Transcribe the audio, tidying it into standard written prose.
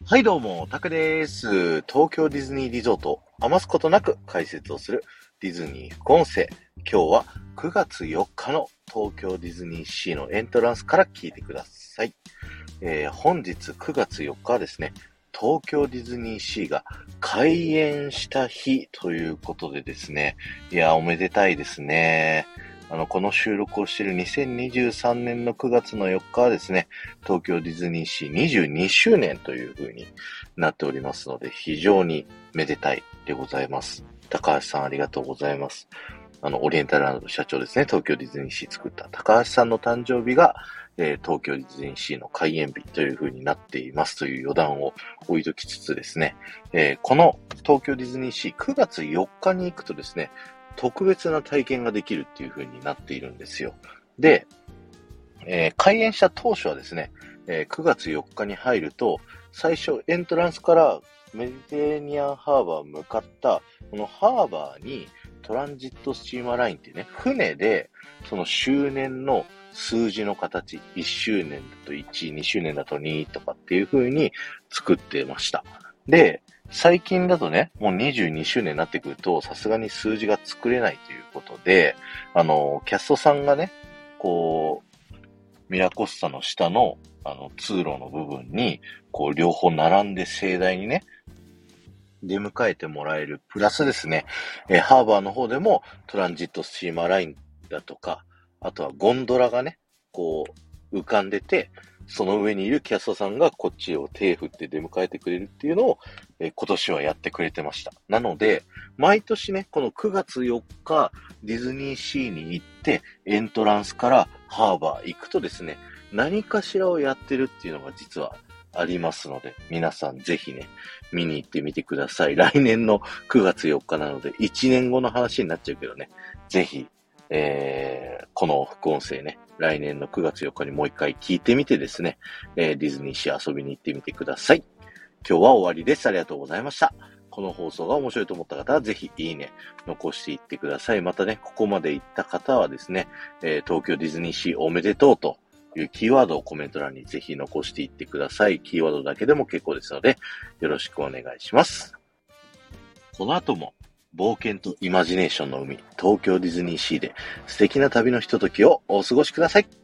はいどうも、タクです。東京ディズニーリゾートを余すことなく解説をするディズニー副音声。今日は9月4日の東京ディズニーシーのエントランスから聞いてください。本日9月4日はですね、東京ディズニーシーが開園した日ということでですね、いや、おめでたいですね。この収録をしている2023年の9月の4日はですね、東京ディズニーシー22周年という風になっておりますので、非常にめでたいでございます。高橋さんありがとうございます。オリエンタルランドの社長ですね、東京ディズニーシー作った高橋さんの誕生日が、東京ディズニーシーの開園日という風になっていますという余談を置いときつつですね、この東京ディズニーシー9月4日に行くとですね、特別な体験ができるっていう風になっているんですよ。で、開園した当初はですね、9月4日に入ると、最初エントランスからメディテレーニアンハーバー向かった、このハーバーにトランジットスチーマーラインっていうね、船でその周年の数字の形、1周年だと1、2周年だと2とかっていう風に作ってました。で、最近だとね、もう22周年になってくると、さすがに数字が作れないということで、キャストさんがね、こう、ミラコスタの下の、通路の部分に、こう、両方並んで盛大にね、出迎えてもらえる。プラスですね、ハーバーの方でもトランジットスチーマーラインだとか、あとはゴンドラがね、こう、浮かんでて、その上にいるキャストさんがこっちを手振って出迎えてくれるっていうのを、今年はやってくれてました。なので、毎年ね、この9月4日、ディズニーシーに行って、エントランスからハーバー行くとですね、何かしらをやってるっていうのが実はありますので、皆さんぜひね、見に行ってみてください。来年の9月4日なので、1年後の話になっちゃうけどね、ぜひ、この副音声ね、来年の9月4日にもう一回聞いてみてですね、ディズニーシー遊びに行ってみてください。今日は終わりです。ありがとうございました。この放送が面白いと思った方は、ぜひいいね、残していってください。またね、ここまで行った方はですね、東京ディズニーシーおめでとうというキーワードをコメント欄にぜひ残していってください。キーワードだけでも結構ですので、よろしくお願いします。この後も、冒険とイマジネーションの海、東京ディズニーシーで素敵な旅のひとときをお過ごしください。